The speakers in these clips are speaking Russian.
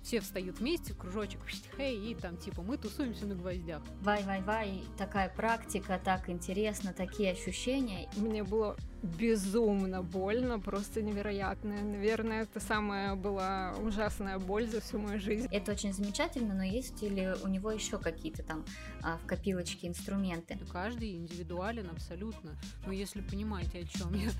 Все встают вместе в кружочек, хей, и там типа мы тусуемся на гвоздях. Вай, такая практика, так интересно, такие ощущения. Мне было безумно больно, просто невероятно. Наверное, это самая была ужасная боль за всю мою жизнь. Это очень замечательно, но есть ли у него еще какие-то там в копилочке инструменты? Каждый индивидуален абсолютно. Но если понимаете, о чем я.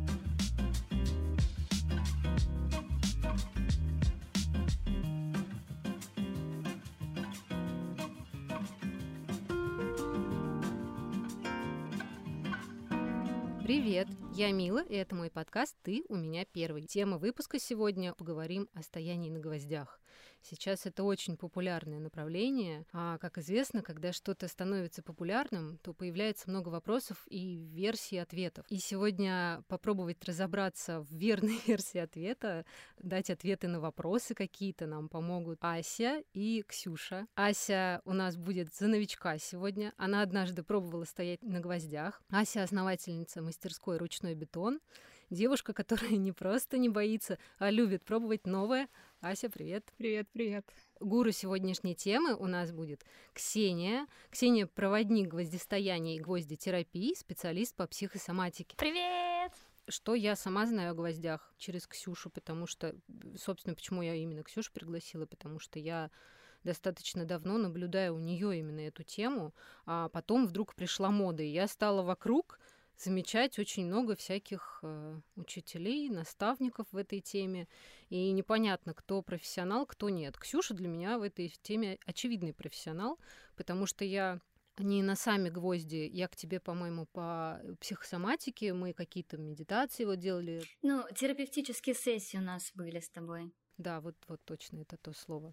Привет, я Мила, и это мой подкаст «Ты у меня первый». Тема выпуска сегодня — поговорим о стоянии на гвоздях. Сейчас это очень популярное направление, а, как известно, когда что-то становится популярным, то появляется много вопросов и версий ответов. И сегодня попробовать разобраться в верной версии ответа, дать ответы на вопросы какие-то нам помогут Ася и Ксюша. Ася у нас будет за новичка сегодня. Она однажды пробовала стоять на гвоздях. Ася — основательница мастерской «Ручной бетон». Девушка, которая не просто не боится, а любит пробовать новое. Ася, привет. Привет. Гуру сегодняшней темы у нас будет Ксения. Ксения — проводник гвоздистояния и гвоздитерапии, специалист по психосоматике. Привет! Что я сама знаю о гвоздях через Ксюшу, потому что, собственно, почему я именно Ксюшу пригласила, потому что я достаточно давно наблюдаю у нее именно эту тему, а потом вдруг пришла мода, и я стала вокруг замечать очень много всяких учителей, наставников в этой теме, и непонятно, кто профессионал, кто нет. Ксюша для меня в этой теме очевидный профессионал, потому что я не на сами гвозди, я к тебе, по-моему, по психосоматике, мы какие-то медитации вот делали. Ну, терапевтические сессии у нас были с тобой. Да, вот точно, это то слово.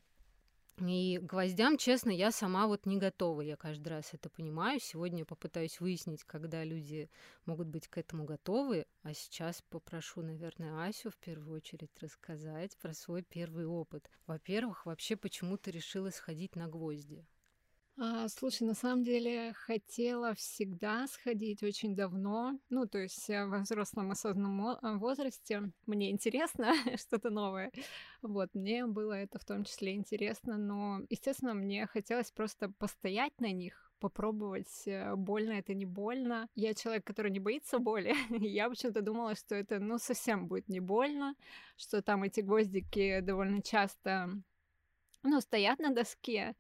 И к гвоздям, честно, я сама вот не готова, я каждый раз это понимаю. Сегодня попытаюсь выяснить, когда люди могут быть к этому готовы, а сейчас попрошу, наверное, Асю в первую очередь рассказать про свой первый опыт. Во-первых, вообще, почему ты решила сходить на гвозди? Слушай, на самом деле хотела всегда сходить очень давно, ну, то есть во взрослом осознанном возрасте. Мне интересно что-то новое, вот, мне было это в том числе интересно, но, естественно, мне хотелось просто постоять на них, попробовать, больно это, не больно. Я человек, который не боится боли, я почему-то думала, что это, ну, совсем будет не больно, что там эти гвоздики довольно часто, ну, стоят на доске,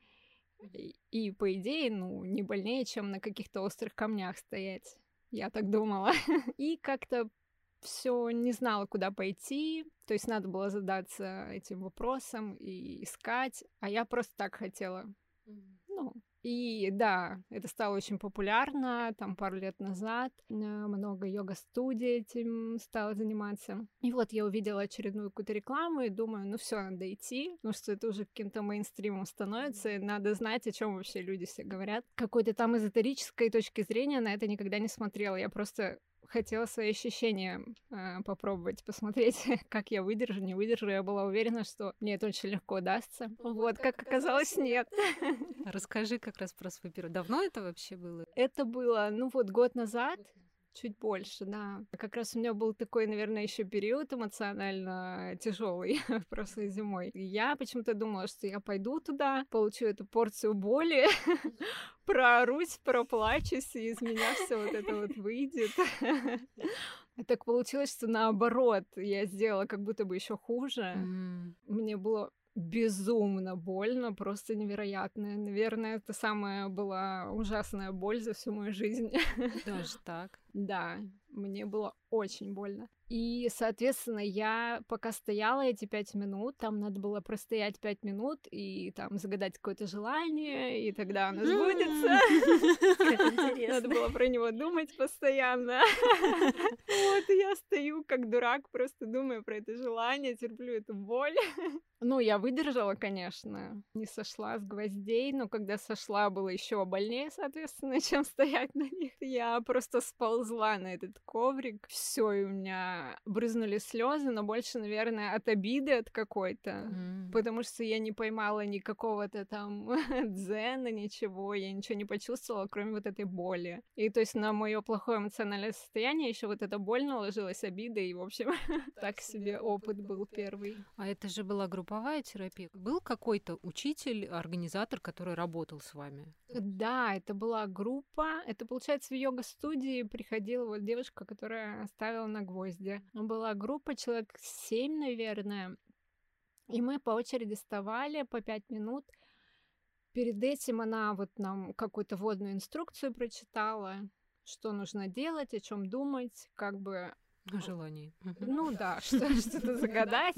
и, по идее, ну, не больнее, чем на каких-то острых камнях стоять. Я так думала. И как-то все не знала, куда пойти. То есть надо было задаться этим вопросом и искать. А я просто так хотела. Ну, и да, это стало очень популярно, там пару лет назад. Много йога-студий этим стало заниматься. И вот я увидела очередную какую-то рекламу и думаю, ну все, надо идти, потому что это уже каким-то мейнстримом становится, и надо знать, о чем вообще люди все говорят. Какой-то там эзотерической точки зрения на это никогда не смотрела. Я просто хотела свои ощущения попробовать, посмотреть, как я выдержу, не выдержу. Я была уверена, что мне это очень легко дастся. Вот, как оказалось, нет. Расскажи как раз про свой первый. Давно это вообще было? Это было, ну вот, год назад. Чуть больше, да. Как раз у меня был такой, наверное, еще период эмоционально тяжелый прошлой зимой. И я почему-то думала, что я пойду туда, получу эту порцию боли, проорусь, проплачусь, и из меня все вот это вот выйдет. А так получилось, что наоборот, я сделала как будто бы еще хуже. Мне было безумно больно, просто невероятно. Наверное, это самая была ужасная боль за всю мою жизнь. Даже так? Да, мне было очень больно. И, соответственно, я пока стояла эти 5 минут, там надо было простоять 5 минут и там загадать какое-то желание, и тогда оно сбудется. Надо было про него думать постоянно. Вот, и я стою как дурак, просто думаю про это желание, терплю эту боль. Ну, я выдержала, конечно, не сошла с гвоздей, но когда сошла, было еще больнее, соответственно, чем стоять на них. Я просто сползла на этот коврик, все, и у меня меня брызнули слезы, но больше, наверное, от обиды от какой-то, потому что я не поймала никакого-то там дзена, ничего, я ничего не почувствовала, кроме вот этой боли. И то есть на мое плохое эмоциональное состояние еще вот эта боль наложилась, обида, и, в общем, так себе опыт был первый. А это же была групповая терапия. Был какой-то учитель, организатор, который работал с вами? Да, это была группа. Это, получается, в йога-студии приходила вот девушка, которая ставила на гвозди. Была группа, человек 7, наверное. И мы по очереди вставали по 5 минут. Перед этим она вот нам какую-то вводную инструкцию прочитала, что нужно делать, о чем думать, как бы... Желание. Ну да, что-то загадать.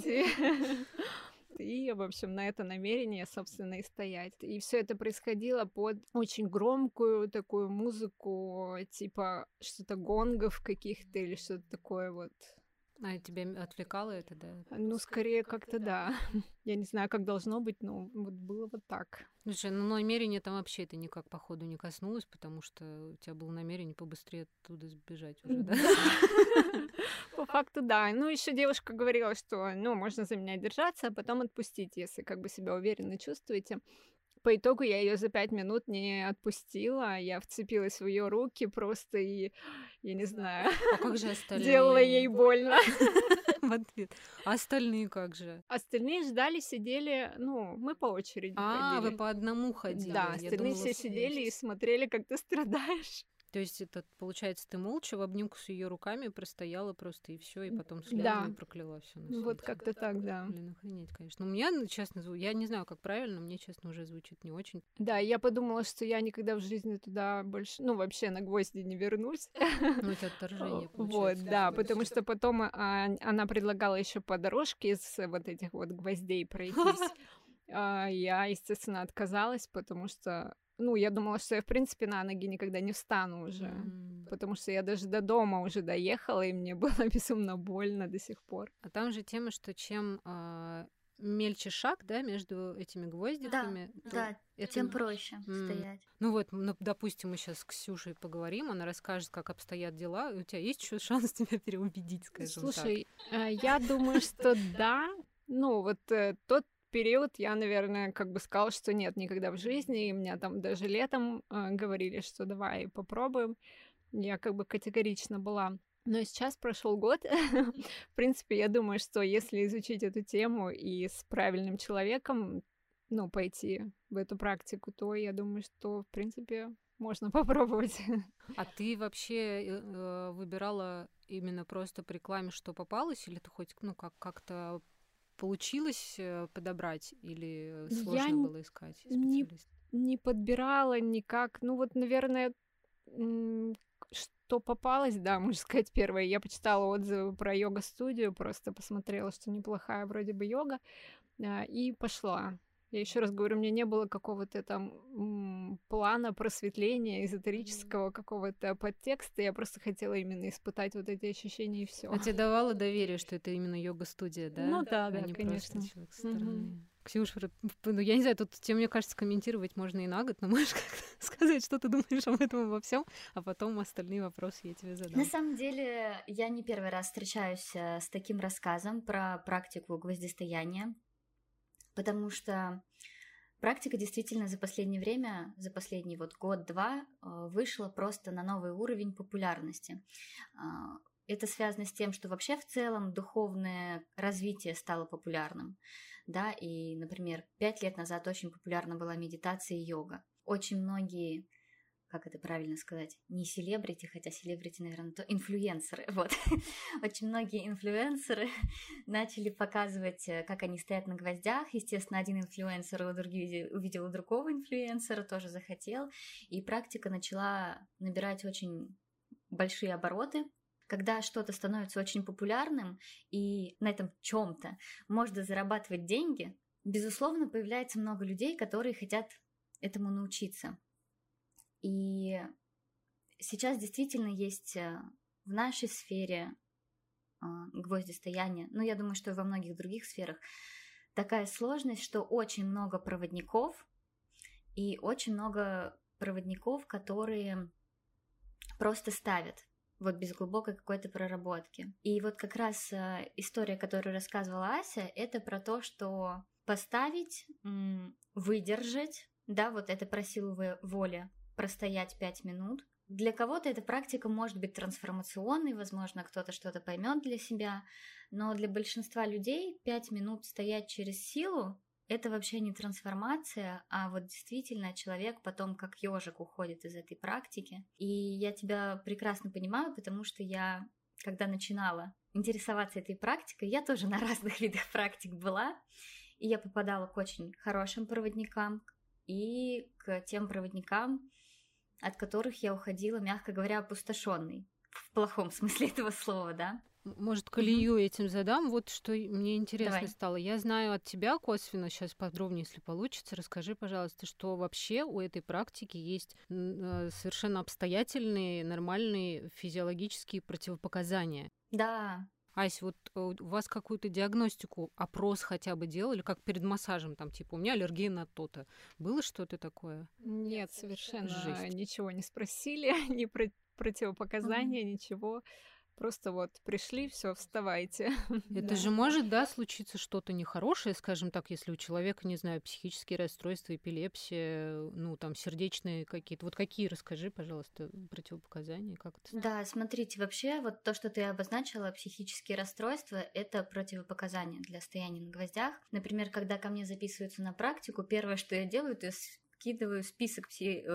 И, в общем, на это намерение, собственно, и стоять. И все это происходило под очень громкую такую музыку, типа что-то гонгов каких-то или что-то такое вот. А тебя отвлекало это, да? Ну, скорее как-то да. Я не знаю, как должно быть, но вот было вот так. Слушай, ну намерение там вообще это никак, походу, не коснулось, потому что у тебя было намерение побыстрее оттуда сбежать уже, да? По факту, да. Ну, еще девушка говорила, что, ну, можно за меня держаться, а потом отпустить, если как бы себя уверенно чувствуете. По итогу я ее за 5 минут не отпустила, я вцепилась в ее руки просто и, я не знаю, А как же остальные? делала ей больно. В ответ. А остальные как же? Остальные ждали, сидели, ну, мы по очереди А, ходили. вы по одному ходили. Да, Я остальные думала, все сидели и смотрели, как ты страдаешь. То есть это, получается, ты молча в обнимку с ее руками простояла просто и все, и потом Да. слезла и прокляла все на Вот свете. как-то так, да. Блин, охренеть, конечно. Ну, мне, честно, я не знаю, как правильно, мне, честно, уже звучит не очень. Да, я подумала, что я никогда в жизни туда больше, ну, вообще на гвозди не вернусь. Ну, это отторжение, Вот, получается. да, потому что потом она предлагала еще по дорожке из вот этих вот гвоздей пройтись. Я, естественно, отказалась, потому что, ну, я думала, что я, в принципе, на ноги никогда не встану уже. Потому что я даже до дома уже доехала, и мне было безумно больно до сих пор. А там же тема, что чем мельче шаг, да, между этими гвоздиками, Да, тем проще стоять. Ну вот, допустим, мы сейчас с Ксюшей поговорим, она расскажет, как обстоят дела, и у тебя есть еще шанс тебя переубедить, скажем так. Слушай, я думаю, что да. Ну, вот тот период я, наверное, как бы сказала, что нет, никогда в жизни. И меня там даже летом говорили, что давай попробуем. Я как бы категорично была. Но сейчас прошел год. В принципе, я думаю, что если изучить эту тему и с правильным человеком, ну, пойти в эту практику, то я думаю, что, в принципе, можно попробовать. А ты вообще выбирала именно просто по рекламе, что попалось, или ты хоть, ну, как-то получилось подобрать, или сложно было искать специалиста? Не подбирала никак. Ну, вот, наверное, что попалось, да, можно сказать, первое. Я почитала отзывы про йога-студию, просто посмотрела, что неплохая вроде бы йога, и пошла. Я еще раз говорю, у меня не было какого-то там плана просветления, эзотерического какого-то подтекста. Я просто хотела именно испытать вот эти ощущения, и все. А тебе давало доверие, что это именно йога-студия, да? Ну да, не конечно. Просто человек со стороны. Ксюша, ну я не знаю, тут тебе, мне кажется, комментировать можно и на год, но можешь как-то сказать, что ты думаешь об этом во всем, а потом остальные вопросы я тебе задам. На самом деле, я не первый раз встречаюсь с таким рассказом про практику гвоздистояния, потому что практика действительно за последнее время, за последний вот год-два вышла просто на новый уровень популярности. Это связано с тем, что вообще в целом духовное развитие стало популярным. Да, и, например, 5 лет назад очень популярна была медитация и йога. Очень многие, как это правильно сказать, не селебрити, хотя селебрити, наверное, то инфлюенсеры, вот. Очень многие инфлюенсеры начали показывать, как они стоят на гвоздях. Естественно, один инфлюенсер увидел у другого инфлюенсера, тоже захотел, и практика начала набирать очень большие обороты. Когда что-то становится очень популярным, и на этом чем-то можно зарабатывать деньги, безусловно, появляется много людей, которые хотят этому научиться. И сейчас действительно есть в нашей сфере гвоздистояния, но я думаю, что и во многих других сферах, такая сложность, что очень много проводников, и очень много проводников, которые просто ставят. вот без глубокой какой-то проработки. И вот как раз история, которую рассказывала Ася, это про то, что поставить, выдержать, да, вот это про силу воли, простоять 5 минут. Для кого-то эта практика может быть трансформационной, возможно, кто-то что-то поймет для себя, но для большинства людей 5 минут стоять через силу — это вообще не трансформация, а вот действительно человек потом как ежик уходит из этой практики. И я тебя прекрасно понимаю, потому что я, когда начинала интересоваться этой практикой, я тоже на разных видах практик была, и я попадала к очень хорошим проводникам и к тем проводникам, от которых я уходила, мягко говоря, опустошенной. В плохом смысле этого слова, да? Может, колею этим задам? Вот что мне интересно Давай. стало. Я знаю от тебя косвенно, сейчас подробнее, если получится. Расскажи, пожалуйста, что вообще у этой практики есть совершенно обстоятельные, нормальные физиологические противопоказания. Да. Ась, вот у вас какую-то диагностику, опрос хотя бы делали, как перед массажем, там, типа, у меня аллергия на то-то. Было что-то такое? Нет, совершенно Жесть. ничего не спросили, ни противопоказания, ничего. Просто вот пришли, все, вставайте. Это же может, да, случиться что-то нехорошее, скажем так, если у человека, не знаю, психические расстройства, эпилепсия, ну, там, сердечные какие-то. Вот какие, расскажи, пожалуйста, противопоказания, как это? Да, смотрите, вообще вот то, что ты обозначила, психические расстройства, это противопоказания для стояния на гвоздях. Например, когда ко мне записываются на практику, первое, что я делаю, это скидываю список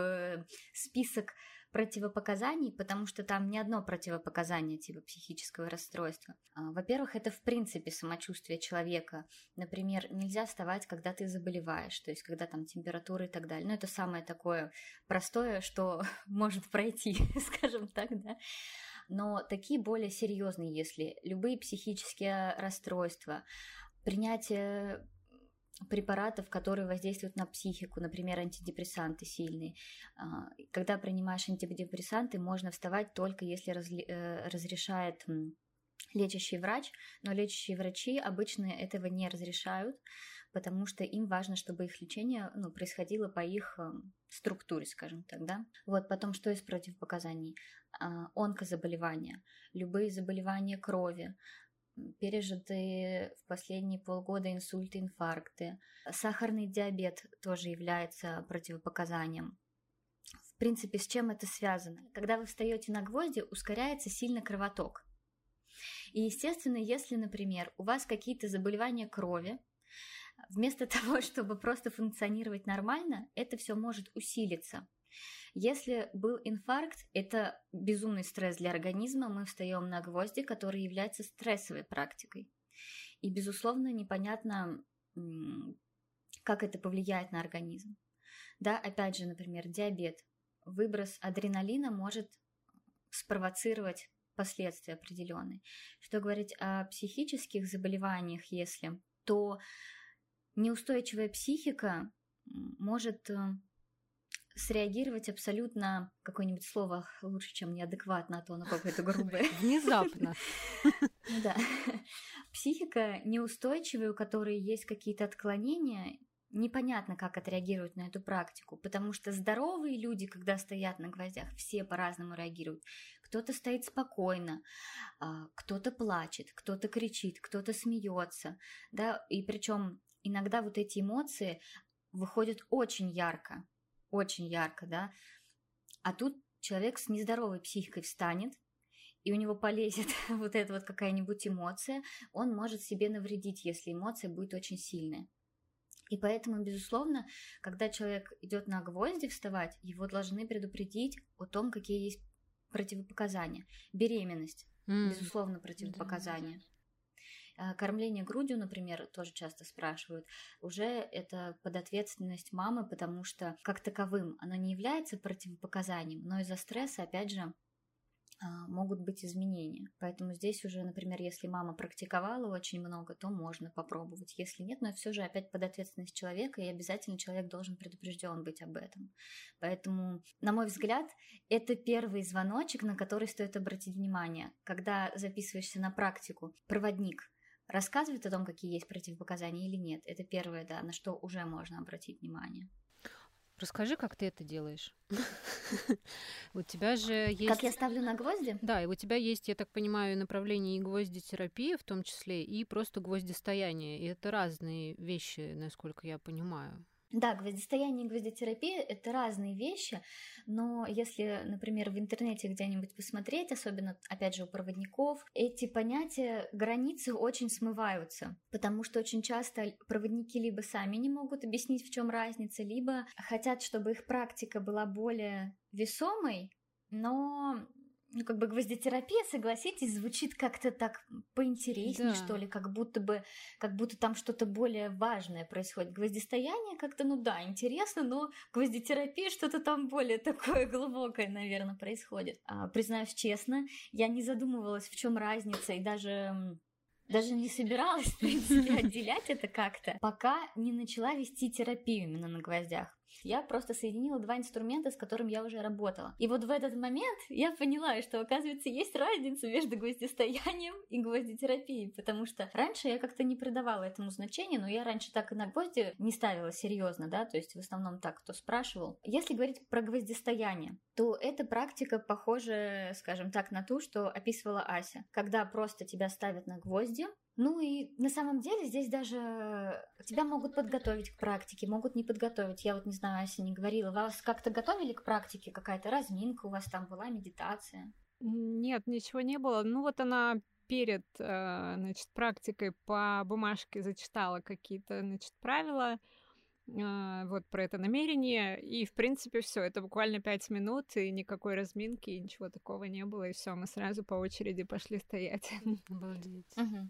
противопоказаний, потому что там не одно противопоказание типа психического расстройства. Во-первых, это в принципе самочувствие человека. Например, нельзя вставать, когда ты заболеваешь, то есть когда там температура и так далее. Но это самое такое простое, что может пройти, скажем так, да. Но такие более серьезные, если любые психические расстройства, принятие препаратов, которые воздействуют на психику, например, антидепрессанты сильные. Когда принимаешь антидепрессанты, можно вставать только если разрешает лечащий врач, но лечащие врачи обычно этого не разрешают, потому что им важно, чтобы их лечение происходило по их структуре, скажем так, да. Вот потом, что из противопоказаний? Онкозаболевания, любые заболевания крови, пережитые в последние полгода инсульты, инфаркты. Сахарный диабет тоже является противопоказанием. В принципе, с чем это связано? Когда вы встаете на гвозди, ускоряется сильно кровоток. И, естественно, если, например, у вас какие-то заболевания крови, вместо того, чтобы просто функционировать нормально, это все может усилиться. Если был инфаркт, это безумный стресс для организма, мы встаем на гвозди, который является стрессовой практикой. И, безусловно, непонятно, как это повлияет на организм. Да, опять же, например, диабет. Выброс адреналина может спровоцировать последствия определенные. Что говорить о психических заболеваниях, если, то неустойчивая психика может среагировать абсолютно, какое-нибудь слово лучше, чем неадекватно, а то оно какое-то грубое. Внезапно. Да. Психика неустойчивая, у которой есть какие-то отклонения, непонятно, как отреагировать на эту практику, потому что здоровые люди, когда стоят на гвоздях, все по-разному реагируют. Кто-то стоит спокойно, кто-то плачет, кто-то кричит, кто-то смеется, да, и причем иногда вот эти эмоции выходят очень ярко, да, а тут человек с нездоровой психикой встанет, и у него полезет вот эта вот какая-нибудь эмоция, он может себе навредить, если эмоция будет очень сильная. И поэтому, безусловно, когда человек идет на гвозди вставать, его должны предупредить о том, какие есть противопоказания. Беременность, безусловно, противопоказание. Кормление грудью, например, тоже часто спрашивают, уже это под ответственность мамы, потому что как таковым оно не является противопоказанием, но из-за стресса, опять же, могут быть изменения. Поэтому здесь уже, например, если мама практиковала очень много, то можно попробовать. Если нет, но все же опять под ответственность человека, и обязательно человек должен предупрежден быть об этом. Поэтому, на мой взгляд, это первый звоночек, на который стоит обратить внимание. Когда записываешься на практику, проводник рассказывает о том, какие есть противопоказания или нет. Это первое, да, на что уже можно обратить внимание. Расскажи, как ты это делаешь. У тебя же есть... Как я ставлю на гвозди? Да, и у тебя есть, я так понимаю, направление и гвоздитерапии в том числе, и просто гвоздистояние. И это разные вещи, насколько я понимаю. Да, гвоздистояние и гвоздитерапия — это разные вещи, но если, например, в интернете где-нибудь посмотреть, особенно, опять же, у проводников, эти понятия, границы очень смываются, потому что очень часто проводники либо сами не могут объяснить, в чем разница, либо хотят, чтобы их практика была более весомой, но гвоздитерапия, согласитесь, звучит как-то так поинтереснее, Да. что ли, как будто там что-то более важное происходит. Гвоздистояние как-то, интересно, но гвоздитерапия что-то там более такое глубокое, наверное, происходит. Признаюсь честно, я не задумывалась, в чем разница, и даже не собиралась, в принципе, отделять это как-то, пока не начала вести терапию именно на гвоздях. Я просто соединила два инструмента, с которыми я уже работала. И вот в этот момент я поняла, что, оказывается, есть разница между гвоздистоянием и гвоздитерапией, потому что раньше я как-то не придавала этому значения, но я раньше так и на гвозди не ставила серьезно, да, то есть в основном так, кто спрашивал. Если говорить про гвоздистояние, то эта практика похожа, скажем так, на ту, что описывала Ася, когда просто тебя ставят на гвозди. Ну и на самом деле здесь даже тебя могут подготовить к практике, могут не подготовить. Я вот не знаю, Ася не говорила, вас как-то готовили к практике, какая-то разминка у вас там была, медитация? Нет, ничего не было. Ну вот она перед, практикой по бумажке зачитала какие-то, правила, вот про это намерение, и, в принципе, все. Это буквально 5 минут, и никакой разминки, и ничего такого не было, и все, мы сразу по очереди пошли стоять. Обалдеть.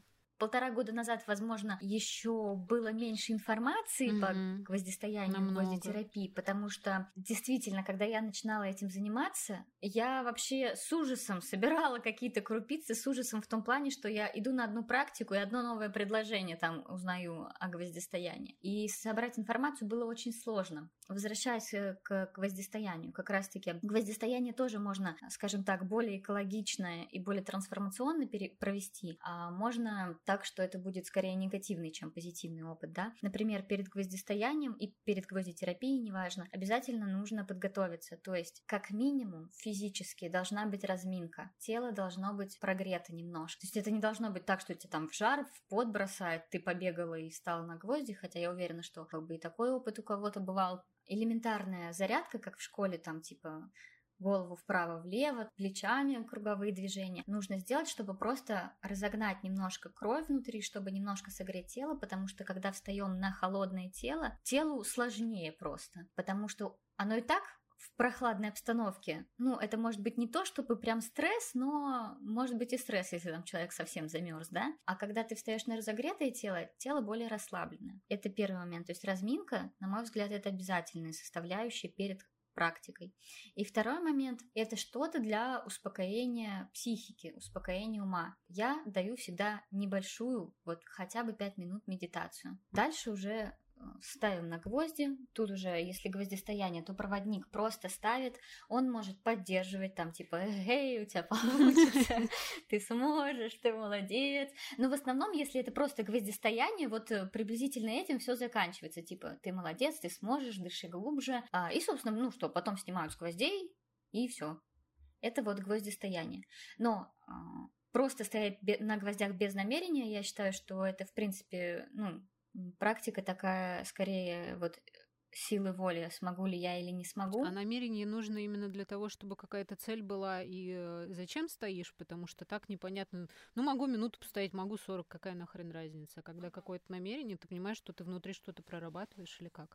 1,5 года назад, возможно, еще было меньше информации по гвоздистоянию, гвоздитерапии, потому что действительно, когда я начинала этим заниматься, я вообще с ужасом собирала какие-то крупицы, с ужасом в том плане, что я иду на одну практику и одно новое предложение там узнаю о гвоздистоянии. И собрать информацию было очень сложно. Возвращаясь к гвоздистоянию, как раз-таки гвоздистояние тоже можно, скажем так, более экологично и более трансформационно провести, а можно так, что это будет скорее негативный, чем позитивный опыт, да. Например, перед гвоздистоянием и перед гвоздитерапией, неважно, обязательно нужно подготовиться, то есть как минимум физически должна быть разминка, тело должно быть прогрето немножко, то есть это не должно быть так, что тебя там в жар, в пот бросает, ты побегала и стала на гвозди, хотя я уверена, что как бы и такой опыт у кого-то бывал. Элементарная зарядка, как в школе, там типа голову вправо-влево, плечами круговые движения. Нужно сделать, чтобы просто разогнать немножко кровь внутри, чтобы немножко согреть тело, потому что когда встаем на холодное тело, телу сложнее просто, потому что оно и так в прохладной обстановке. Это может быть не то, чтобы прям стресс, но может быть и стресс, если там человек совсем замерз, да? А когда ты встаешь на разогретое тело более расслабленное. Это первый момент. То есть разминка, на мой взгляд, это обязательная составляющая перед практикой. И второй момент – это что-то для успокоения психики, успокоения ума. Я даю всегда небольшую, хотя бы 5 минут медитацию. Дальше уже ставим на гвозди. Тут уже, если гвоздистояние, то проводник просто ставит, он может поддерживать там, типа, эй, у тебя получится, ты сможешь, ты молодец. Но в основном, если это просто гвоздистояние, приблизительно этим все заканчивается. Типа, ты молодец, ты сможешь, дыши глубже. И, собственно, потом снимают с гвоздей, и все. Это гвоздистояние. Но просто стоять на гвоздях без намерения, я считаю, что это, в принципе, практика такая, скорее, силы воли, смогу ли я или не смогу. А намерение нужно именно для того, чтобы какая-то цель была, и зачем стоишь, потому что так непонятно. Могу минуту постоять, могу 40, какая нахрен разница. А когда какое-то намерение, ты понимаешь, что ты внутри что-то прорабатываешь или как?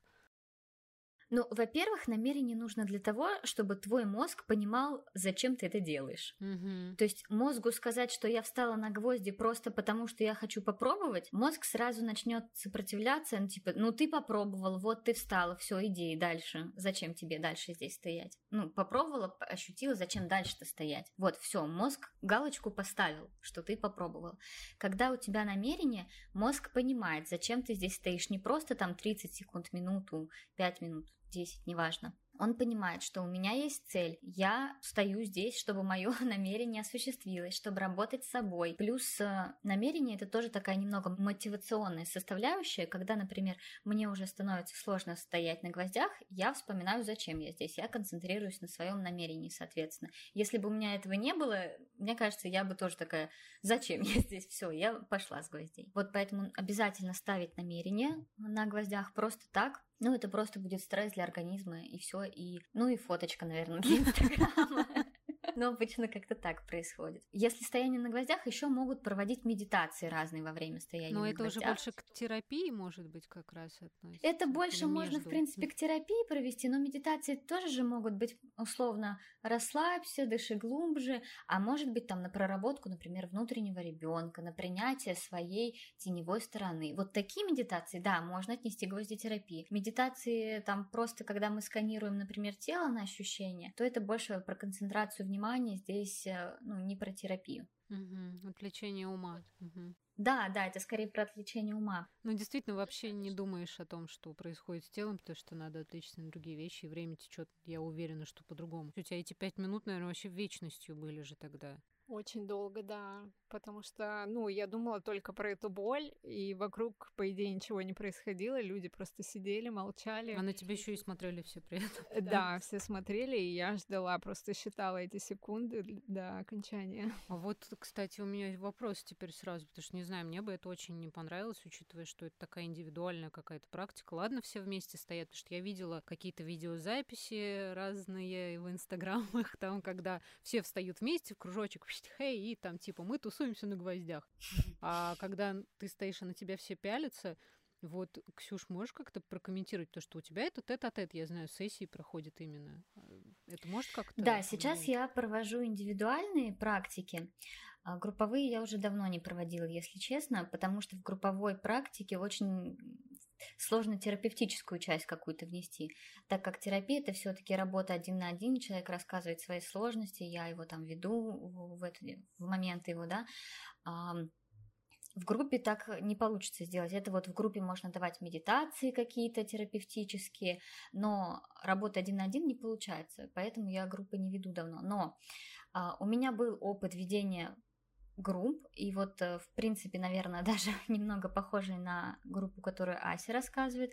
Во-первых, намерение нужно для того, чтобы твой мозг понимал, зачем ты это делаешь. То есть мозгу сказать, что я встала на гвозди просто потому, что я хочу попробовать, мозг сразу начнет сопротивляться, ты попробовал, ты встала, все, иди дальше. Зачем тебе дальше здесь стоять? Попробовала, ощутила, зачем дальше-то стоять? Все, мозг галочку поставил, что ты попробовал. Когда у тебя намерение, мозг понимает, зачем ты здесь стоишь, не просто там 30 секунд, минуту, 5 минут, 10, неважно. Он понимает, что у меня есть цель, я стою здесь, чтобы мое намерение осуществилось, чтобы работать с собой. Плюс намерение — это тоже такая немного мотивационная составляющая, когда, например, мне уже становится сложно стоять на гвоздях, я вспоминаю, зачем я здесь, я концентрируюсь на своем намерении, соответственно. Если бы у меня этого не было, мне кажется, я бы тоже такая: зачем я здесь, все, я пошла с гвоздей. Вот поэтому обязательно ставить намерение на гвоздях просто так. Ну, это просто будет стресс для организма, и все, и... Ну, и фоточка, наверное, для Инстаграма. Но обычно как-то так происходит. Если стояние на гвоздях, еще могут проводить медитации разные во время стояния Но на это уже гвоздях. больше к терапии, может быть, как раз относится. Это больше Или можно, в между? принципе, к терапии провести, но медитации тоже же могут быть условно: расслабься, дыши глубже, а может быть там на проработку, например, внутреннего ребенка, на принятие своей теневой стороны. Вот такие медитации, да, можно отнести к гвоздитерапии. Медитации там просто, когда мы сканируем, например, тело на ощущения, то это больше про концентрацию внимания, здесь, ну, не про терапию. Отвлечение ума. Да, это скорее про отвлечение ума. Ну, действительно, вообще не думаешь о том, что происходит с телом, потому что надо отвлечься на другие вещи, и время течет, я уверена, что по-другому. У тебя эти 5 минут, наверное, вообще вечностью были же тогда. Очень долго, да, потому что, ну, я думала только про эту боль, и вокруг, по идее, ничего не происходило, люди просто сидели, молчали. А на тебя еще и смотрели все при этом. Да, все смотрели, и я ждала, просто считала эти секунды до окончания. А вот, кстати, у меня вопрос теперь сразу, потому что, не знаю, мне бы это очень не понравилось, учитывая, что это такая индивидуальная какая-то практика. Ладно, все вместе стоят, потому что я видела какие-то видеозаписи разные в инстаграмах, там, когда все встают вместе в кружочек, хей, и там типа мы тусуемся на гвоздях. А когда ты стоишь, и на тебя все пялятся, вот, Ксюш, можешь как-то прокомментировать то, что у тебя это тет-а-тет, я знаю, сессии проходят именно. Это может как-то... Да, сейчас я провожу индивидуальные практики. Групповые я уже давно не проводила, если честно, потому что в групповой практике очень сложно терапевтическую часть какую-то внести, так как терапия — это все-таки работа один на один, человек рассказывает свои сложности, я его там веду в моменты его, да. В группе так не получится сделать. Это вот в группе можно давать медитации какие-то терапевтические, но работа один на один не получается, поэтому я группы не веду давно. Но у меня был опыт ведения групп, и вот, в принципе, наверное, даже немного похожий на группу, которую Ася рассказывает.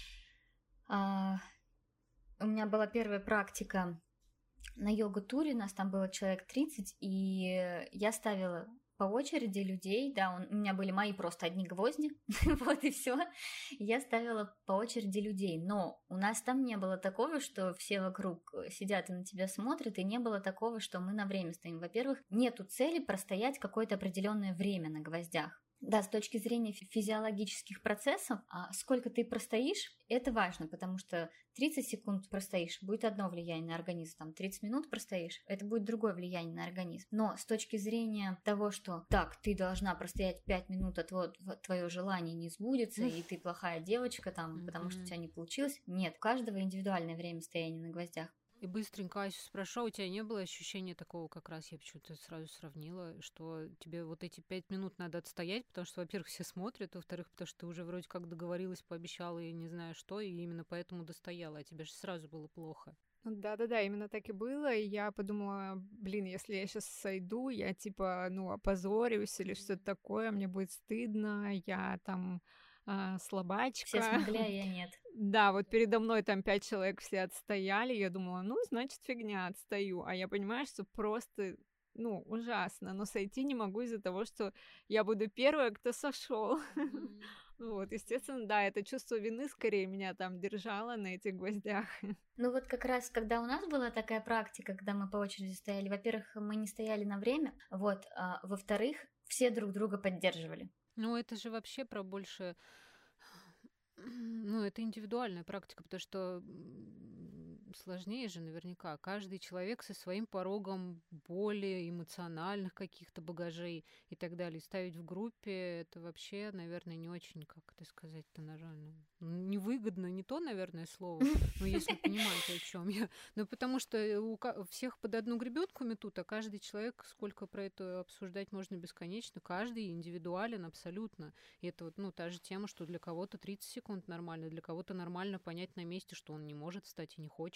У меня была первая практика на йога-туре, нас там было человек 30, и я ставила по очереди людей, да, у меня были мои просто одни гвозди, вот и все. Я ставила по очереди людей, но у нас там не было такого, что все вокруг сидят и на тебя смотрят, и не было такого, что мы на время стоим. Во-первых, нету цели простоять какое-то определенное время на гвоздях. Да, с точки зрения физиологических процессов, сколько ты простоишь, это важно, потому что 30 секунд простоишь, будет одно влияние на организм, там 30 минут простоишь, это будет другое влияние на организм. Но с точки зрения того, что так, ты должна простоять 5 минут, а твое желание не сбудется, и ты плохая девочка, там, потому что у тебя не получилось, нет, у каждого индивидуальное время стояния на гвоздях. И быстренько Асю спрошу, у тебя не было ощущения такого, как раз я почему-то сразу сравнила, что тебе вот эти 5 минут надо отстоять, потому что, во-первых, все смотрят, во-вторых, потому что ты уже вроде как договорилась, пообещала и не знаю что, и именно поэтому достояла, а тебе же сразу было плохо. Да, именно так и было, и я подумала, блин, если я сейчас сойду, я типа, ну, опозорюсь или что-то такое, мне будет стыдно, я там... слабачка. Все смогли, а я нет. Да, вот передо мной там 5 человек все отстояли, я думала, ну, значит, фигня, отстаю. А я понимаю, что просто, ну, ужасно, но сойти не могу из-за того, что я буду первая, кто сошел. Вот, естественно, да, это чувство вины скорее меня там держало на этих гвоздях. Ну вот как раз, когда у нас была такая практика, когда мы по очереди стояли, во-первых, мы не стояли на время, вот, во-вторых, все друг друга поддерживали. Ну, это же вообще про больше... Ну, это индивидуальная практика, потому что сложнее же наверняка. Каждый человек со своим порогом боли, эмоциональных каких-то багажей и так далее. Ставить в группе это вообще, наверное, не очень, как это сказать-то, наверное, невыгодно, не то, наверное, слово, но если понимаете, о чем я. Ну, потому что у всех под одну гребенку метут, а каждый человек, сколько про это обсуждать можно бесконечно, каждый индивидуален абсолютно. И это вот, ну, та же тема, что для кого-то 30 секунд нормально, для кого-то нормально понять на месте, что он не может встать и не хочет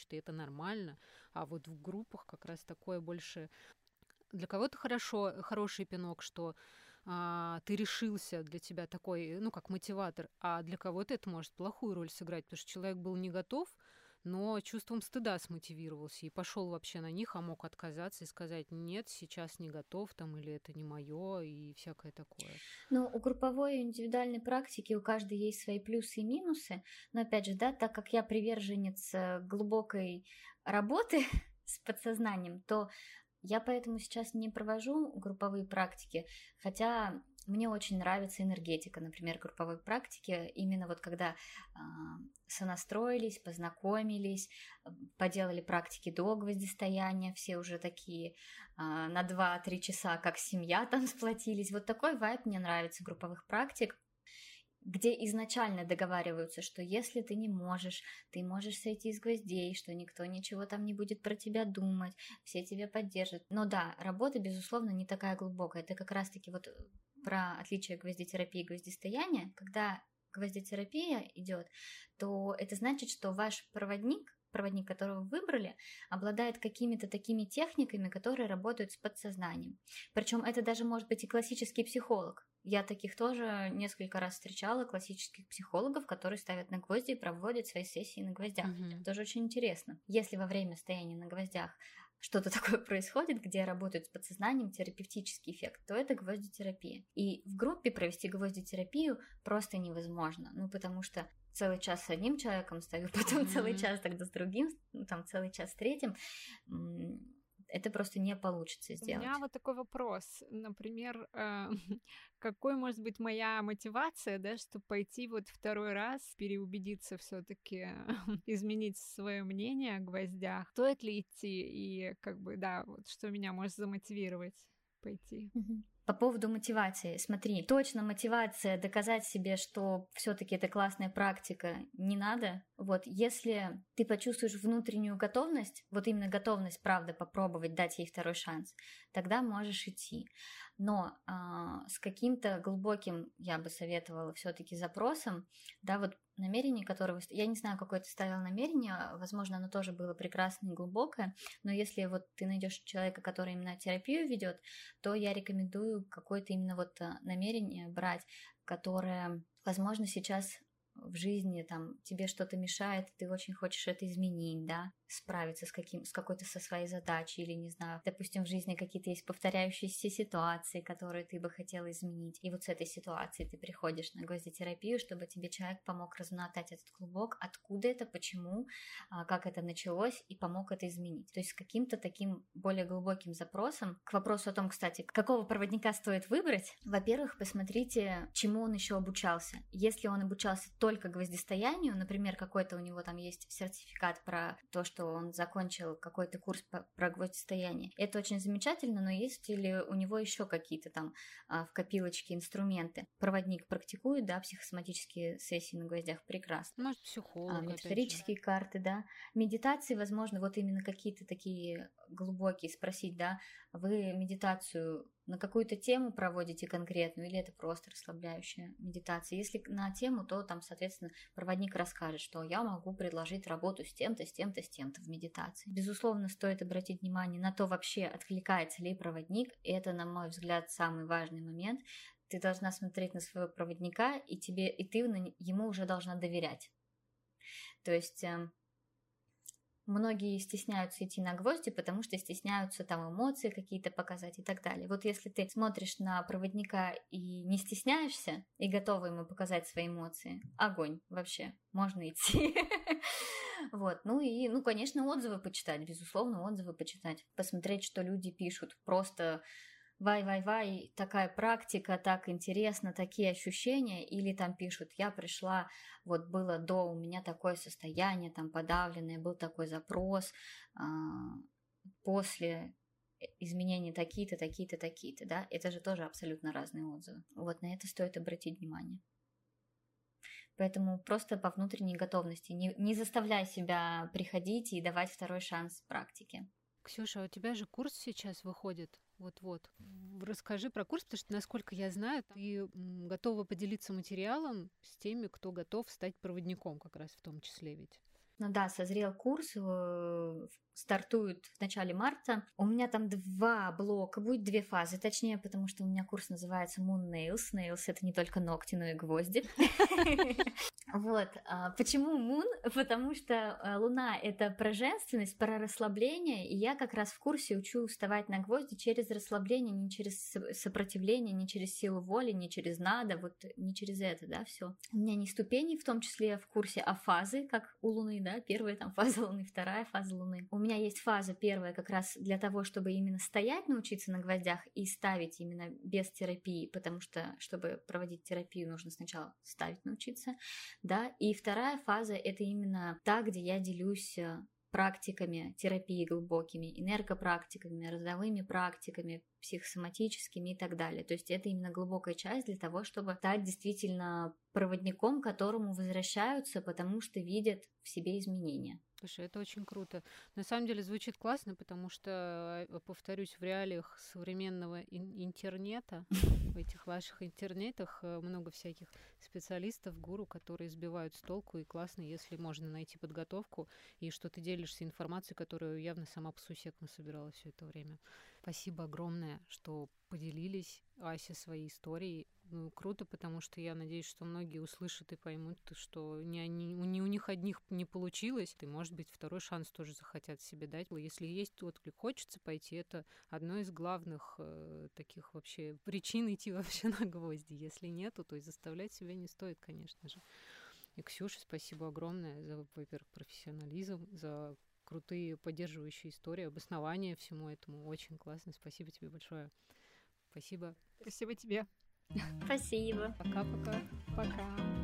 и это нормально. А вот в группах как раз такое больше... Для кого-то хороший пинок, что ты решился, для тебя такой, ну, как мотиватор, а для кого-то это может плохую роль сыграть, потому что человек был не готов, но чувством стыда смотивировался и пошел вообще на них, а мог отказаться и сказать: нет, сейчас не готов, там, или это не мое, и всякое такое. Ну, у групповой и индивидуальной практики у каждой есть свои плюсы и минусы, но опять же, да, так как я приверженец глубокой работы с подсознанием, то я поэтому сейчас не провожу групповые практики, хотя мне очень нравится энергетика, например, групповой практики, именно вот когда сонастроились, познакомились, поделали практики до гвоздистояния, все уже такие на 2-3 часа, как семья там сплотились. Вот такой вайб мне нравится групповых практик, где изначально договариваются, что если ты не можешь, ты можешь сойти с гвоздей, что никто ничего там не будет про тебя думать, все тебя поддержат. Но да, работа, безусловно, не такая глубокая. Это как раз-таки вот про отличие гвоздитерапии и гвоздистояния. Когда гвоздитерапия идет, то это значит, что ваш проводник, которого вы выбрали, обладает какими-то такими техниками, которые работают с подсознанием. Причем это даже может быть и классический психолог. Я таких тоже несколько раз встречала, классических психологов, которые ставят на гвозди и проводят свои сессии на гвоздях. Тоже очень интересно. Если во время стояния на гвоздях что-то такое происходит, где работают с подсознанием, терапевтический эффект, то это гвоздитерапия. И в группе провести гвоздитерапию просто невозможно, потому что целый час с одним человеком стою, потом целый час тогда с другим, там целый час с третьим. Это просто не получится сделать. У меня вот такой вопрос. Например, какой может быть моя мотивация, да, чтобы пойти вот второй раз, переубедиться все-таки, изменить свое мнение о гвоздях? Стоит ли идти? И как бы, да, вот что меня может замотивировать пойти? По поводу мотивации. Смотри, точно мотивация доказать себе, что все-таки это классная практика, не надо. Вот, если ты почувствуешь внутреннюю готовность, вот именно готовность, правда, попробовать, дать ей второй шанс, тогда можешь идти. Но с каким-то глубоким, я бы советовала, все-таки запросом, да, вот намерение, которого... Я не знаю, какое ты ставил намерение, возможно, оно тоже было прекрасное и глубокое, но если вот ты найдешь человека, который именно терапию ведет, то я рекомендую какое-то именно вот намерение брать, которое, возможно, сейчас в жизни там тебе что-то мешает, ты очень хочешь это изменить, да, справиться с какой-то со своей задачей, или, не знаю, допустим, в жизни какие-то есть повторяющиеся ситуации, которые ты бы хотела изменить, и вот с этой ситуацией ты приходишь на гвоздитерапию, чтобы тебе человек помог размотать этот клубок, откуда это, почему, как это началось, и помог это изменить. То есть с каким-то таким более глубоким запросом. К вопросу о том, кстати, какого проводника стоит выбрать, во-первых, посмотрите, чему он еще обучался. Если он обучался только гвоздистоянию, например, какой-то у него там есть сертификат про то, что он закончил какой-то курс про гвоздистояние. Это очень замечательно, но есть ли у него еще какие-то там в копилочке инструменты? Проводник практикует, да, психосоматические сессии на гвоздях, прекрасно. Может, психолог, метафорические карты, да. Медитации, возможно, вот именно какие-то такие глубокие, спросить, да, вы медитацию на какую-то тему проводите конкретную, или это просто расслабляющая медитация. Если на тему, то там, соответственно, проводник расскажет, что я могу предложить работу с тем-то, с тем-то, с тем-то в медитации. Безусловно, стоит обратить внимание на то, вообще откликается ли проводник, и это, на мой взгляд, самый важный момент. Ты должна смотреть на своего проводника, и ты ему уже должна доверять. То есть многие стесняются идти на гвозди, потому что стесняются там эмоции какие-то показать и так далее. Вот если ты смотришь на проводника и не стесняешься, и готова ему показать свои эмоции, огонь вообще, можно идти. Вот, конечно, отзывы почитать, безусловно, отзывы почитать, посмотреть, что люди пишут, просто вай, такая практика, так интересно, такие ощущения, или там пишут, я пришла, вот было у меня такое состояние, там подавленное, был такой запрос, после изменения такие-то, такие-то, такие-то, да, это же тоже абсолютно разные отзывы. Вот на это стоит обратить внимание. Поэтому просто по внутренней готовности, не заставляй себя приходить и давать второй шанс практике. Ксюша, у тебя же курс сейчас выходит. Вот-вот. Расскажи про курс, потому что, насколько я знаю, ты готова поделиться материалом с теми, кто готов стать проводником как раз в том числе ведь. Ну да, созрел курс, стартует в начале марта. У меня там 2 блока, будет 2 фазы, точнее, потому что у меня курс называется Moon Nails. Nails — это не только ногти, но и гвозди. Вот. Почему Moon? Потому что Луна — это про женственность, про расслабление, и я как раз в курсе учу вставать на гвозди через расслабление, не через сопротивление, не через силу воли, не через надо, вот не через это, да, все. У меня не ступени, в том числе в курсе, а фазы, как у Луны, да, первая там фаза Луны, вторая фаза Луны. У меня есть фаза первая как раз для того, чтобы именно стоять, научиться на гвоздях и ставить именно без терапии, потому что, чтобы проводить терапию, нужно сначала ставить научиться, да, и вторая фаза — это именно та, где я делюсь практиками терапии глубокими, энергопрактиками, родовыми практиками, психосоматическими и так далее. То есть это именно глубокая часть для того, чтобы стать действительно проводником, к которому возвращаются, потому что видят в себе изменения. Слушай, это очень круто. На самом деле звучит классно, потому что, повторюсь, в реалиях современного интернета, в этих ваших интернетах много всяких специалистов, гуру, которые сбивают с толку, и классно, если можно найти подготовку, и что ты делишься информацией, которую явно сама по сусекам собирала все это время. Спасибо огромное, что поделились, Ася, своей историей. Ну, круто, потому что я надеюсь, что многие услышат и поймут, что не у них одних не получилось, и, может быть, второй шанс тоже захотят себе дать. Если есть отклик, хочется пойти, это одно из главных таких вообще причин идти вообще на гвозди. Если нету, то и заставлять себя не стоит, конечно же. И, Ксюша, спасибо огромное за, во-первых, профессионализм, за крутые поддерживающие истории, обоснования всему этому. Очень классно. Спасибо тебе большое. Спасибо. Спасибо тебе. Спасибо. Пока-пока. Пока.